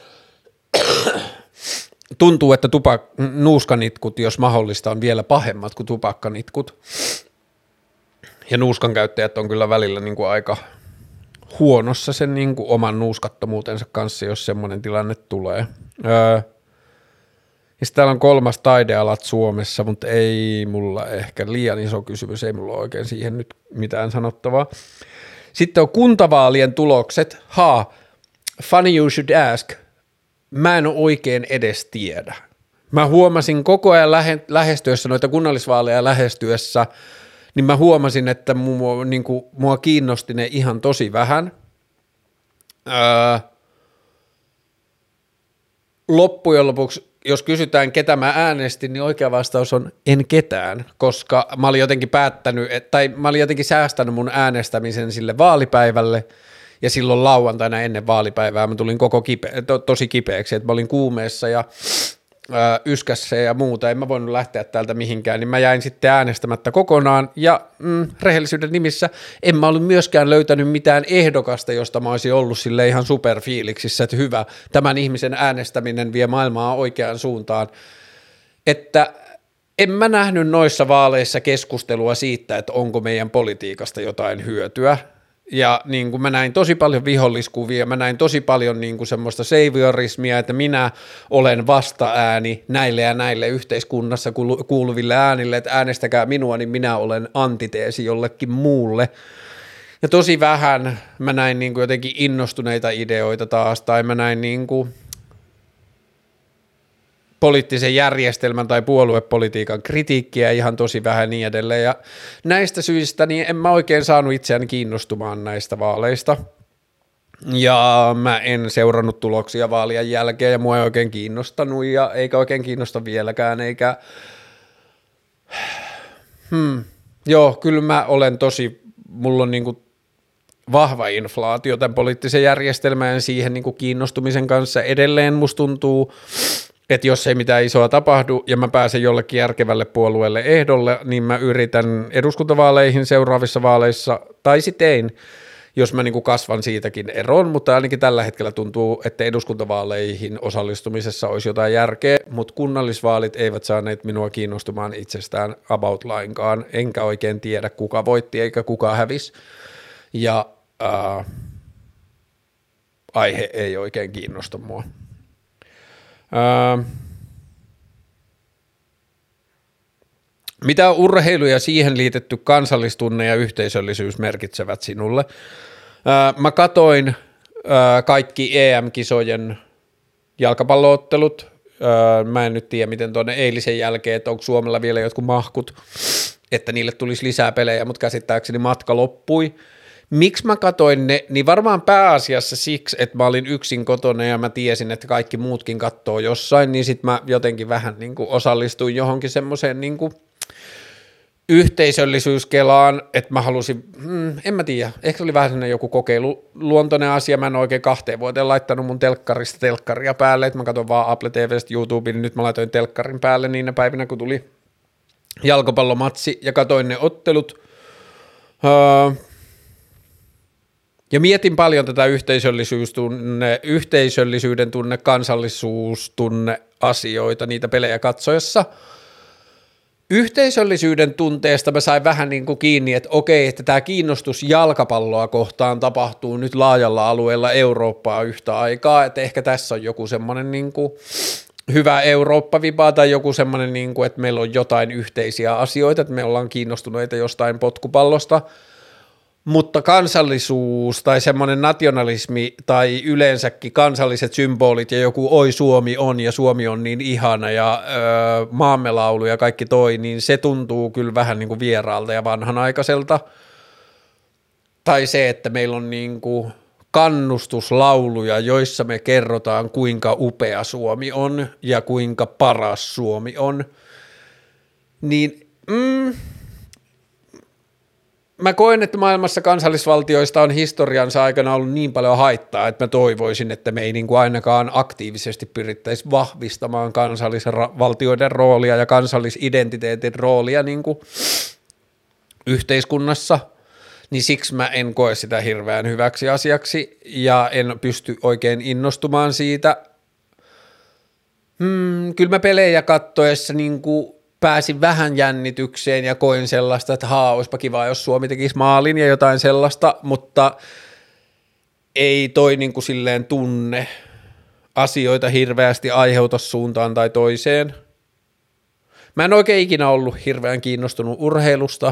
tuntuu, että nuuskanitkut, jos mahdollista, on vielä pahemmat kuin tupakkanitkut. Ja nuuskan käyttäjät on kyllä välillä niin kuin aika huonossa sen niin kuin oman nuuskattomuutensa kanssa, jos semmoinen tilanne tulee. Ja sitten täällä on 3. taidealat Suomessa, mutta ei mulla ehkä liian iso kysymys, ei mulla oikein siihen nyt mitään sanottavaa. Sitten on kuntavaalien tulokset. Funny you should ask. Mä en mua edes tiedä. Mä huomasin koko ajan lähestyessä, noita kunnallisvaaleja lähestyessä, niin mä huomasin, että mua kiinnosti ne ihan tosi vähän. Loppujen lopuksi, jos kysytään, ketä mä äänestin, niin oikea vastaus on en ketään, koska mä olin jotenkin mä olin jotenkin säästänyt mun äänestämisen sille vaalipäivälle, ja silloin lauantaina ennen vaalipäivää mä tulin tosi kipeäksi, että mä olin kuumeessa ja yskässä ja muuta, en mä voinut lähteä täältä mihinkään, niin mä jäin sitten äänestämättä kokonaan, ja rehellisyyden nimissä en mä ollut myöskään löytänyt mitään ehdokasta, josta mä olisin ollut sille ihan superfiiliksissä, että hyvä, tämän ihmisen äänestäminen vie maailmaa oikeaan suuntaan, että en mä nähnyt noissa vaaleissa keskustelua siitä, että onko meidän politiikasta jotain hyötyä. Ja niin kuin mä näin tosi paljon viholliskuvia, mä näin tosi paljon niin kuin semmoista saviorismia, että minä olen vastaääni näille ja näille yhteiskunnassa kuuluville äänille, että äänestäkää minua, niin minä olen antiteesi jollekin muulle. Ja tosi vähän mä näin niin kuin jotenkin innostuneita ideoita taas, tai mä näin niin kuin poliittisen järjestelmän tai puoluepolitiikan kritiikkiä ihan tosi vähän niin edelleen, ja näistä syistä niin en mä oikein saanut itseäni kiinnostumaan näistä vaaleista, ja mä en seurannut tuloksia vaalien jälkeen, ja mua ei oikein kiinnostanut, ja eikä oikein kiinnosta vieläkään, eikä joo, kyllä mä olen mulla on niinku vahva inflaatio tämän poliittisen järjestelmän ja siihen niinku kiinnostumisen kanssa edelleen. Musta tuntuu, että jos ei mitään isoa tapahdu ja mä pääsen jollekin järkevälle puolueelle ehdolle, niin mä yritän eduskuntavaaleihin seuraavissa vaaleissa, tai sitten jos mä niinku kasvan siitäkin eroon, mutta ainakin tällä hetkellä tuntuu, että eduskuntavaaleihin osallistumisessa olisi jotain järkeä, mutta kunnallisvaalit eivät saaneet minua kiinnostumaan itsestään about lainkaan, enkä oikein tiedä kuka voitti eikä kuka hävisi, ja aihe ei oikein kiinnosta mua. Mitä urheilu ja siihen liitetty kansallistunne ja yhteisöllisyys merkitsevät sinulle? Mä katoin kaikki EM-kisojen jalkapalloottelut. Mä en nyt tiedä, miten tuonne eilisen jälkeen, että onko Suomella vielä jotkut mahkut, että niille tulisi lisää pelejä, mutta käsittääkseni matka loppui. Miksi mä katoin ne, niin varmaan pääasiassa siksi, että mä olin yksin kotona ja mä tiesin, että kaikki muutkin kattoo jossain, niin sit mä jotenkin vähän niin kuin osallistuin johonkin semmoiseen niin kuin yhteisöllisyyskelaan, että mä halusin, en mä tiedä, ehkä se oli vähän sellainen joku kokeiluluontoinen asia, mä en oikein 2 vuoteen laittanut mun telkkaria päälle, että mä katson vaan Apple TV:stä YouTubeen, niin nyt mä laitoin telkkarin päälle niinä päivinä, kun tuli jalkapallomatsi ja katoin ne ottelut, ja mietin paljon tätä yhteisöllisyyden tunne, kansallisuustunne asioita, niitä pelejä katsoessa. Yhteisöllisyyden tunteesta mä sain vähän niin kuin kiinni, että okei, että tämä kiinnostus jalkapalloa kohtaan tapahtuu nyt laajalla alueella Eurooppaa yhtä aikaa, että ehkä tässä on joku semmoinen niin kuin hyvä Eurooppa-viba tai joku semmoinen, niin kuin, että meillä on jotain yhteisiä asioita, että me ollaan kiinnostuneita jostain potkupallosta, mutta kansallisuus tai semmoinen nationalismi tai yleensäkin kansalliset symbolit ja joku oi Suomi on ja Suomi on niin ihana ja maamme laulu ja kaikki toi, niin se tuntuu kyllä vähän niin kuin vieraalta ja vanhanaikaiselta. Tai se, että meillä on niin kuin kannustuslauluja, joissa me kerrotaan, kuinka upea Suomi on ja kuinka paras Suomi on, niin mä koen, että maailmassa kansallisvaltioista on historiansa aikana ollut niin paljon haittaa, että mä toivoisin, että me ei niin kuin ainakaan aktiivisesti pyrittäisi vahvistamaan kansallisvaltioiden roolia ja kansallisidentiteetin roolia niin kuin yhteiskunnassa, niin siksi mä en koe sitä hirveän hyväksi asiaksi ja en pysty oikein innostumaan siitä. Kyllä mä pelejä kattoessa niin kuin pääsin vähän jännitykseen ja koin sellaista, että olisipa kiva, jos Suomi tekisi maalin ja jotain sellaista, mutta ei toi niin kuin silleen tunne asioita hirveästi aiheuta suuntaan tai toiseen. Mä en oikein ikinä ollut hirveän kiinnostunut urheilusta,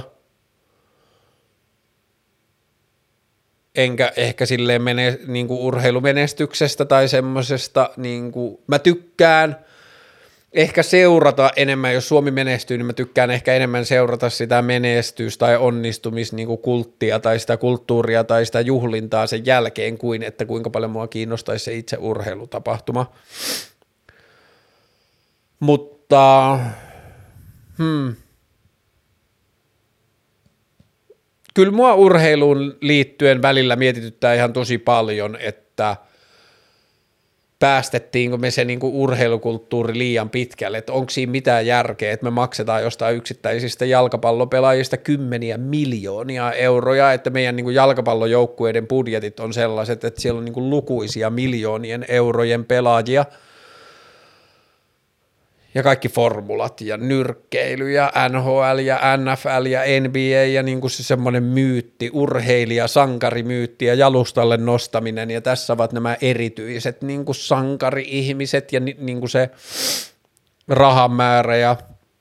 enkä ehkä silleen niin kuin urheilumenestyksestä tai semmosesta, niin kuin mä tykkään ehkä seurata enemmän, jos Suomi menestyy, niin mä tykkään ehkä enemmän seurata sitä menestys- tai onnistumiskulttia tai sitä kulttuuria tai sitä juhlintaa sen jälkeen, kuin että kuinka paljon mua kiinnostaisi se itse urheilutapahtuma. Mutta kyllä mua urheiluun liittyen välillä mietityttää ihan tosi paljon, että päästettiinkö me se niinku urheilukulttuuri liian pitkälle, että onko siinä mitään järkeä, että me maksetaan jostain yksittäisistä jalkapallopelaajista 10 miljoonia euroja, että meidän niinku jalkapallojoukkueiden budjetit on sellaiset, että siellä on niinku lukuisia miljoonien eurojen pelaajia, ja kaikki formulat ja nyrkkeily ja NHL ja NFL ja NBA ja niin kuin se semmoinen myytti, urheilija, sankarimyytti ja jalustalle nostaminen ja tässä ovat nämä erityiset niin kuin sankari-ihmiset ja niin kuin se rahamäärä ja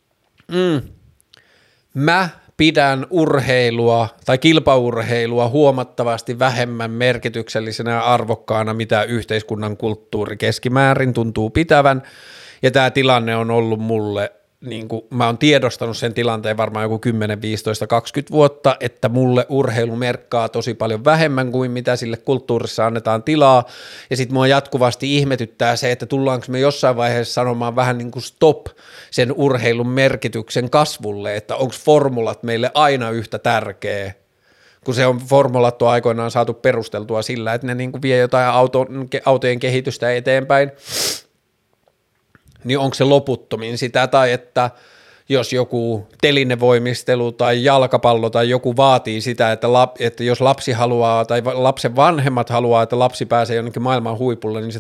mä pidän urheilua tai kilpaurheilua huomattavasti vähemmän merkityksellisenä ja arvokkaana, mitä yhteiskunnan kulttuuri keskimäärin tuntuu pitävän. Ja tämä tilanne on ollut mulle, niin kuin mä oon tiedostanut sen tilanteen varmaan joku 10, 15, 20 vuotta, että mulle urheilu merkkaa tosi paljon vähemmän kuin mitä sille kulttuurissa annetaan tilaa. Ja sit mua jatkuvasti ihmetyttää se, että tullaanko me jossain vaiheessa sanomaan vähän niin kuin stop sen urheilun merkityksen kasvulle, että onko formulat meille aina yhtä tärkeä, kun se on formulat on aikoinaan saatu perusteltua sillä, että ne niin kuin vie jotain autojen kehitystä eteenpäin. Niin onko se loputtomin sitä, tai että jos joku telinevoimistelu tai jalkapallo tai joku vaatii sitä, että jos lapsi haluaa tai lapsen vanhemmat haluaa, että lapsi pääsee jonnekin maailman huipulle, niin se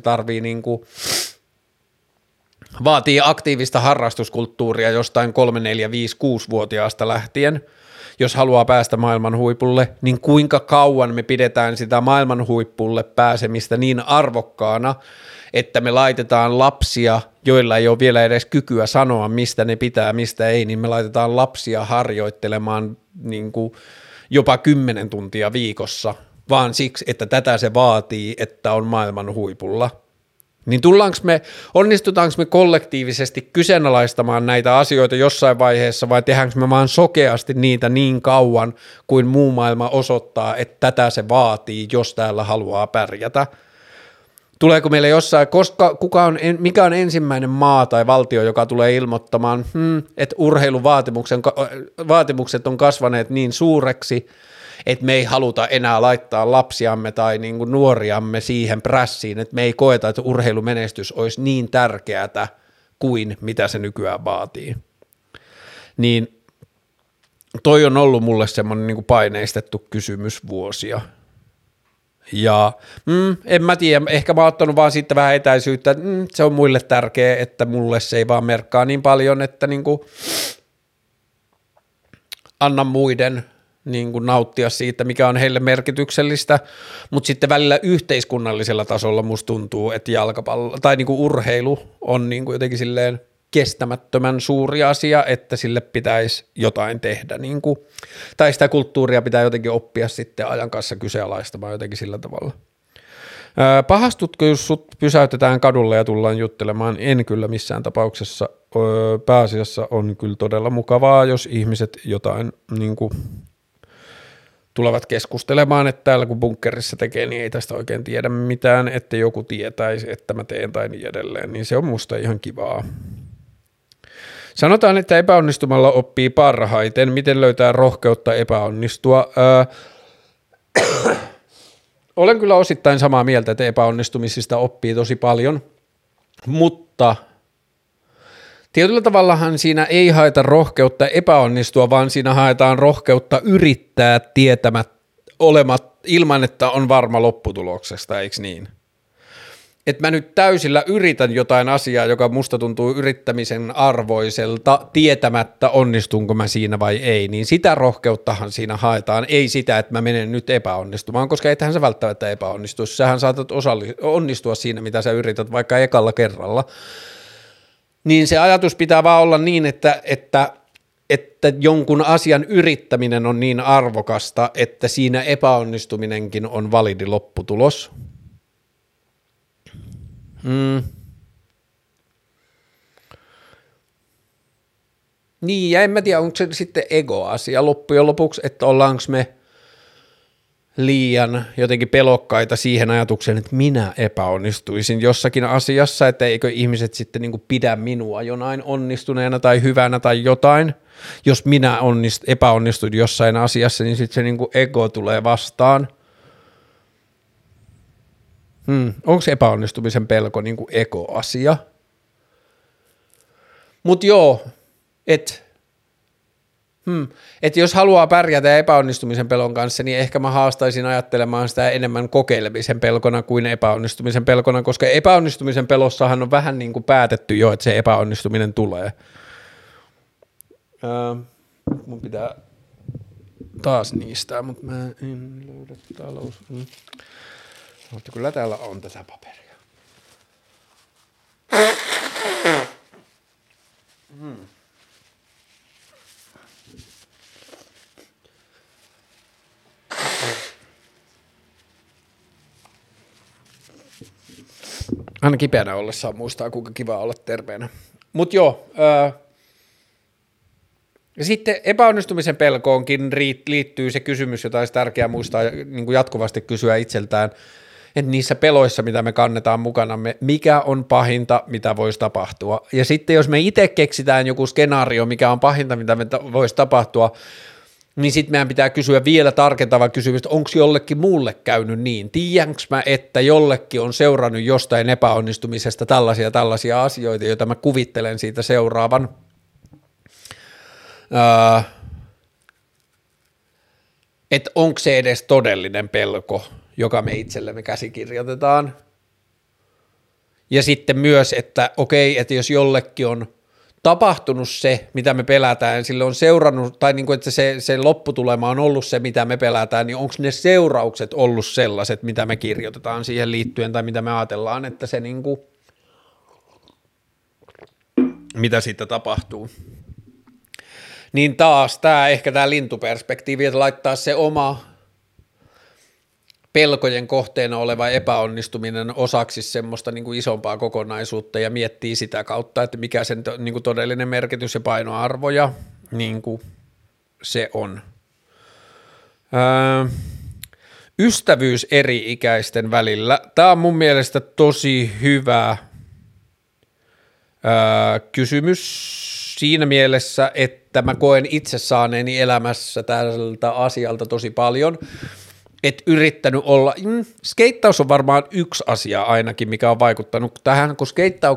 vaatii aktiivista harrastuskulttuuria jostain 3, 4, 5, 6-vuotiaasta lähtien. Jos haluaa päästä maailman huipulle, niin kuinka kauan me pidetään sitä maailman huipulle pääsemistä niin arvokkaana, että me laitetaan lapsia, joilla ei ole vielä edes kykyä sanoa, mistä ne pitää, mistä ei, niin me laitetaan lapsia harjoittelemaan niin kuin jopa 10 tuntia viikossa, vaan siksi, että tätä se vaatii, että on maailman huipulla. Niin onnistutaanko me kollektiivisesti kyseenalaistamaan näitä asioita jossain vaiheessa, vai tehdäänkö me vaan sokeasti niitä niin kauan, kuin muu maailma osoittaa, että tätä se vaatii, jos täällä haluaa pärjätä? Tuleeko meille jossain, mikä on ensimmäinen maa tai valtio, joka tulee ilmoittamaan, että urheiluvaatimukset on kasvaneet niin suureksi, että me ei haluta enää laittaa lapsiamme tai niin kuin nuoriamme siihen prässiin, että me ei koeta, että urheilumenestys olisi niin tärkeätä kuin mitä se nykyään vaatii. Niin toi on ollut mulle semmoinen niin kuin paineistettu kysymys vuosia. Ja en mä tiedä, ehkä mä oon ottanut vaan siitä vähän etäisyyttä, että se on muille tärkeä, että mulle se ei vaan merkkaa niin paljon, että niinku anna muiden niinku nauttia siitä, mikä on heille merkityksellistä, mutta sitten välillä yhteiskunnallisella tasolla musta tuntuu, että jalkapallo tai niinku urheilu on niinku jotenkin silleen kestämättömän suuri asia, että sille pitäisi jotain tehdä, niin kuin, tai sitä kulttuuria pitää jotenkin oppia sitten ajan kanssa kyseenalaistamaan jotenkin sillä tavalla. Pahastutko, jos sut pysäytetään kadulla ja tullaan juttelemaan? En kyllä missään tapauksessa. Pääasiassa on kyllä todella mukavaa, jos ihmiset jotain niin kuin tulevat keskustelemaan, että täällä kun bunkkerissa tekee, niin ei tästä oikein tiedä mitään, että joku tietäisi, että mä teen tai niin edelleen, niin se on musta ihan kivaa. Sanotaan, että epäonnistumalla oppii parhaiten. Miten löytää rohkeutta epäonnistua? Olen kyllä osittain samaa mieltä, että epäonnistumisista oppii tosi paljon, mutta tietyllä tavallahan siinä ei haeta rohkeutta epäonnistua, vaan siinä haetaan rohkeutta yrittää ilman, että on varma lopputuloksesta, eikö niin? Että mä nyt täysillä yritän jotain asiaa, joka musta tuntuu yrittämisen arvoiselta, tietämättä onnistunko mä siinä vai ei, niin sitä rohkeuttahan siinä haetaan, ei sitä, että mä menen nyt epäonnistumaan, koska eitähän sä välttämättä epäonnistu, sähän saatat onnistua siinä, mitä sä yrität vaikka ekalla kerralla, niin se ajatus pitää vaan olla niin, että jonkun asian yrittäminen on niin arvokasta, että siinä epäonnistuminenkin on validi lopputulos. Niin, ja en mä tiedä, onko se sitten ego-asia loppujen lopuksi, että ollaanko me liian jotenkin pelokkaita siihen ajatukseen, että minä epäonnistuisin jossakin asiassa, että eikö ihmiset sitten niin kuin pidä minua jonain onnistuneena tai hyvänä tai jotain. Jos minä epäonnistun jossain asiassa, niin sitten se niin kuin ego tulee vastaan. Onko epäonnistumisen pelko niin kuin ego-asia? Mutta joo, että jos haluaa pärjätä epäonnistumisen pelon kanssa, niin ehkä mä haastaisin ajattelemaan sitä enemmän kokeilemisen pelkona kuin epäonnistumisen pelkona, koska epäonnistumisen pelossahan on vähän niin kuin päätetty jo, että se epäonnistuminen tulee. Mun pitää taas niistää, mutta mä en löydä mutta kyllä täällä on tätä paperia. Aina kipeänä ollessaan muistaa, kuinka kiva olla terveenä. Mutta joo, ja sitten epäonnistumisen pelkoonkin liittyy se kysymys, jota olisi tärkeää muistaa niin kuin jatkuvasti kysyä itseltään, että niissä peloissa, mitä me kannetaan mukanamme, mikä on pahinta, mitä voisi tapahtua. Ja sitten jos me itse keksitään joku skenaario, mikä on pahinta, mitä me voisi tapahtua, niin sitten meidän pitää kysyä vielä tarkentava kysymys, että onko jollekin muulle käynyt niin? Tiedänkö mä, että jollekin on seurannut jostain epäonnistumisesta tällaisia asioita, joita mä kuvittelen siitä seuraavan. Että onko se edes todellinen pelko, joka me itsellemme käsikirjoitetaan. Ja sitten myös, että okei, että jos jollekin on tapahtunut se, mitä me pelätään, sille on seurannut, tai niin kuin, että se lopputulema on ollut se, mitä me pelätään, niin onko ne seuraukset ollut sellaiset, mitä me kirjoitetaan siihen liittyen, tai mitä me ajatellaan, että se niin kuin, mitä siitä tapahtuu. Niin taas tämä lintuperspektiivi, että laittaa se oma pelkojen kohteena oleva epäonnistuminen osaksi semmoista niin kuin isompaa kokonaisuutta ja miettii sitä kautta, että mikä sen niin kuin todellinen merkitys ja painoarvo ja niin kuin se on. Ystävyys eri-ikäisten välillä. Tämä on mun mielestä tosi hyvä kysymys siinä mielessä, että mä koen itse saaneeni elämässä tältä asialta tosi paljon, et yrittänyt olla, skeittaus on varmaan yksi asia ainakin, mikä on vaikuttanut tähän, kun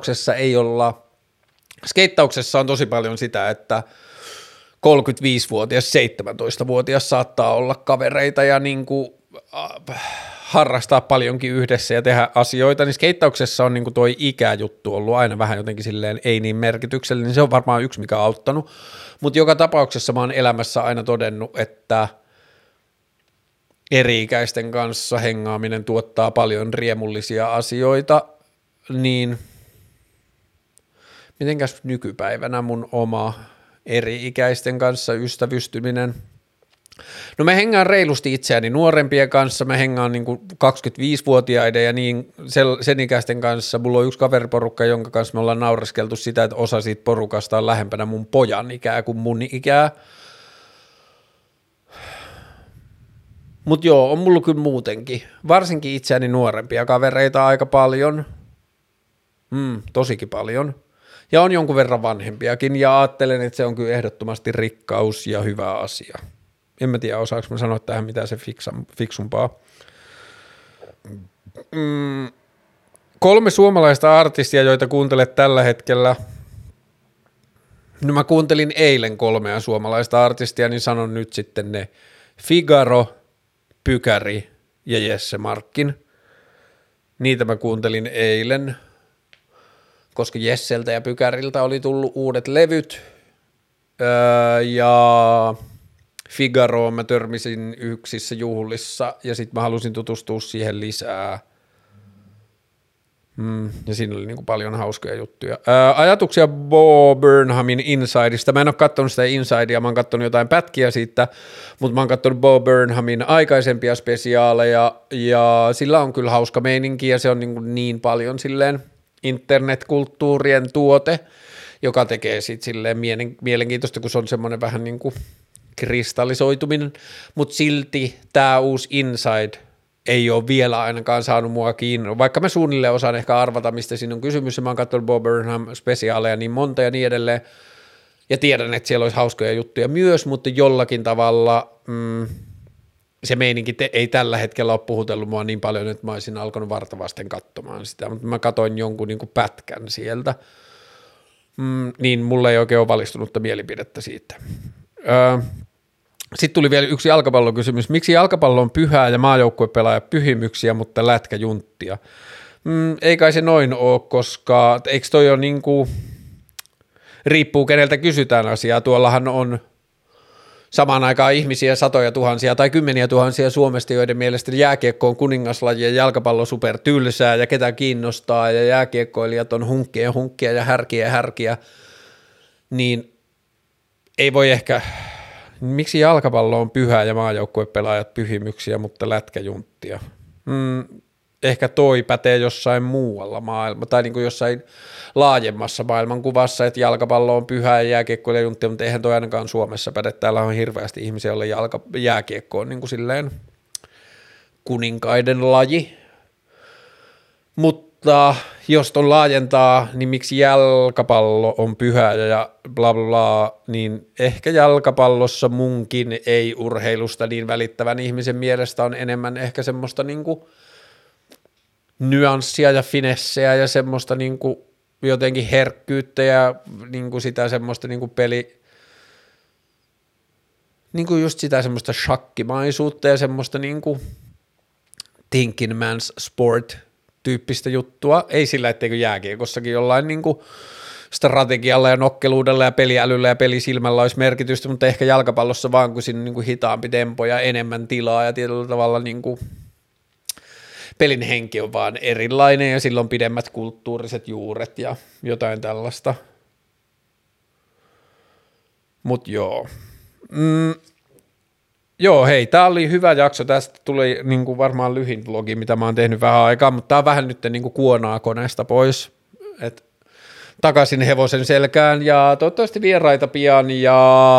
skeittauksessa on tosi paljon sitä, että 35-vuotias, 17-vuotias saattaa olla kavereita ja niin kuin, harrastaa paljonkin yhdessä ja tehdä asioita, niin skeittauksessa on niin kuin toi ikäjuttu ollut aina vähän jotenkin silleen ei niin merkityksellinen, niin se on varmaan yksi, mikä on auttanut, mutta joka tapauksessa mä oon elämässä aina todennut, että eri-ikäisten kanssa hengaaminen tuottaa paljon riemullisia asioita, niin mitenkäs nykypäivänä mun oma eri-ikäisten kanssa ystävystyminen? No mä hengaan reilusti itseäni nuorempien kanssa, mä hengaan niin kuin 25-vuotiaiden ja niin sen ikäisten kanssa. Mulla on yksi kaveriporukka, jonka kanssa me ollaan naureskeltu sitä, että osa siitä porukasta on lähempänä mun pojan ikää kuin mun ikää. Mutta joo, on mulla kyllä muutenkin, varsinkin itseäni nuorempia kavereita aika paljon, tosikin paljon, ja on jonkun verran vanhempiakin, ja ajattelen, että se on kyllä ehdottomasti rikkaus ja hyvä asia. En mä tiedä, osaanko mä sanoa tähän mitään se fiksumpaa. 3 suomalaista artistia, joita kuuntelet tällä hetkellä. No mä kuuntelin eilen 3 suomalaista artistia, niin sanon nyt sitten ne Figaro, Pykäri ja Jesse Markkin. Niitä mä kuuntelin eilen, koska Jesseltä ja Pykäriltä oli tullut uudet levyt. Ja Figaroon mä törmisin yksissä juhlissa ja sitten mä halusin tutustua siihen lisää. Ja siinä oli niinku paljon hauskoja juttuja. Ajatuksia Bo Burnhamin Insideista. Mä en ole katsonut sitä Insidea, mä oon katsonut jotain pätkiä siitä, mutta mä oon katsonut Bo Burnhamin aikaisempia spesiaaleja ja sillä on kyllä hauska meininki ja se on niin paljon silleen internetkulttuurien tuote, joka tekee siitä silleen mielenkiintoista, kun se on semmoinen vähän niin kuin kristallisoituminen, mutta silti tämä uusi Inside ei ole vielä ainakaan saanut mua kiinnostaa, vaikka mä suunnilleen osaan ehkä arvata, mistä siinä on kysymys, ja mä oon katsonut Bob Burnham-spesiaaleja niin monta ja niin edelleen, ja tiedän, että siellä olisi hauskoja juttuja myös, mutta jollakin tavalla se meininki ei tällä hetkellä ole puhutellut mua niin paljon, että mä olisin alkanut vartavasten katsomaan sitä, mutta mä katsoin jonkun niin kuin pätkän sieltä, niin mulla ei oikein ole valistunutta mielipidettä siitä. Sitten tuli vielä yksi jalkapallokysymys. Miksi jalkapallo on pyhää ja maajoukkuepelaajat pyhimyksiä, mutta lätkä junttia? Ei kai se noin ole, koska eikö toi ole niin kuin, riippuu keneltä kysytään asiaa. Tuollahan on samaan aikaan ihmisiä satoja tuhansia tai kymmeniä tuhansia Suomesta, joiden mielestä jääkiekko on kuningaslaji ja jalkapallo super tylsää ja ketä kiinnostaa ja jääkiekkoilijat on hunkkia ja härkiä, niin ei voi ehkä... Miksi jalkapallo on pyhää ja maajoukkuepelaajat pyhimyksiä, mutta lätkäjunttia? Ehkä toi pätee jossain muualla maailma, tai niin kuin jossain laajemmassa maailmankuvassa, että jalkapallo on pyhää ja jääkiekko ja junttia, mutta eihän toi ainakaan Suomessa päde. Täällä on hirveästi ihmisiä, joille jääkiekko on niin kuin silleen kuninkaiden laji. Mutta jos ton laajentaa, niin miksi jalkapallo on pyhää ja bla bla bla, niin ehkä jalkapallossa munkin ei-urheilusta niin välittävän ihmisen mielestä on enemmän ehkä semmoista niinku nyanssia ja finesseä ja semmoista niinku jotenkin herkkyyttä ja niinku sitä semmoista niinku niinku just sitä semmoista shakkimaisuutta ja semmoista niinku thinking man's sport tyyppistä juttua, ei sillä, etteikö jääkiekossakin jollain niin kuin strategialla ja nokkeluudella ja peliälyllä ja pelisilmällä olisi merkitystä, mutta ehkä jalkapallossa vaan, kun siinä on niin kuin hitaampi tempo ja enemmän tilaa ja tietyllä tavalla niin kuin pelin henki on vaan erilainen ja sillä on pidemmät kulttuuriset juuret ja jotain tällaista. Mut joo. Joo, hei, tää oli hyvä jakso, tästä tuli niinku varmaan lyhin vlogi, mitä mä oon tehnyt vähän aikaa, mutta tää on vähän nyt niinku kuonaa koneesta pois, et takaisin hevosen selkään ja toivottavasti vieraita pian ja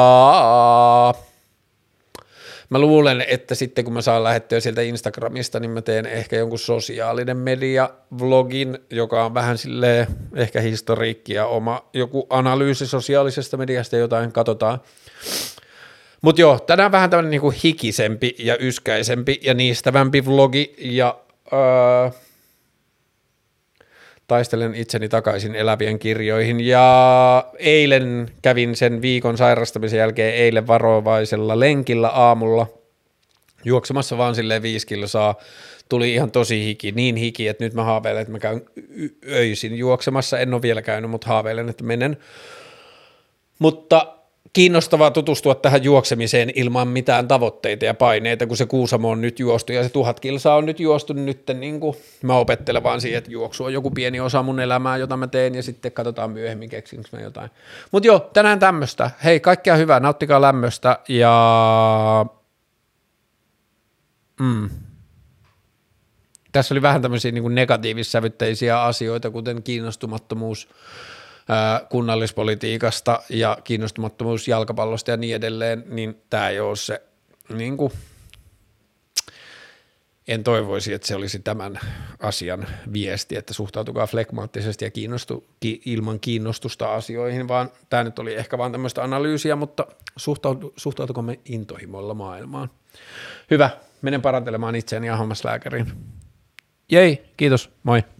mä luulen, että sitten kun mä saan lähettyä sieltä Instagramista, niin mä teen ehkä jonkun sosiaalinen media vlogin, joka on vähän silleen ehkä historiikki ja oma joku analyysi sosiaalisesta mediasta, jotain katsotaan. Mutta joo, tänään vähän tämmöinen niinku hikisempi ja yskäisempi ja niistävämpi vlogi ja taistelen itseni takaisin elävien kirjoihin ja eilen kävin sen viikon sairastamisen jälkeen eilen varovaisella lenkillä aamulla juoksemassa vaan silleen 5 kilsaa, tuli ihan tosi hiki, niin hiki, että nyt mä haaveilen, että mä käyn öisin juoksemassa, en ole vielä käynyt, mutta haaveilen, että menen, mutta kiinnostavaa tutustua tähän juoksemiseen ilman mitään tavoitteita ja paineita, kun se Kuusamo on nyt juostu ja se 1000 kilsaa on nyt juostu, niin nyt niin kuin mä opettelen vaan siihen, että juoksu on joku pieni osa mun elämää, jota mä teen ja sitten katsotaan myöhemmin, keksinkö mä jotain. Mutta joo, tänään tämmöistä. Hei, kaikkea hyvää, nauttikaa lämmöstä ja tässä oli vähän tämmöisiä niin kuin negatiivissävytteisiä asioita, kuten kiinnostumattomuus kunnallispolitiikasta ja kiinnostumattomuus jalkapallosta ja niin edelleen, niin tämä ei ole se niin kuin en toivoisi, että se olisi tämän asian viesti, että suhtautukaa flegmaattisesti ja ilman kiinnostusta asioihin, vaan tämä nyt oli ehkä vaan tämmöistä analyysiä, mutta suhtautuko me intohimoilla maailmaan. Hyvä, menen parantelemaan itseäni ja hammaslääkäriin. Jei, kiitos, moi.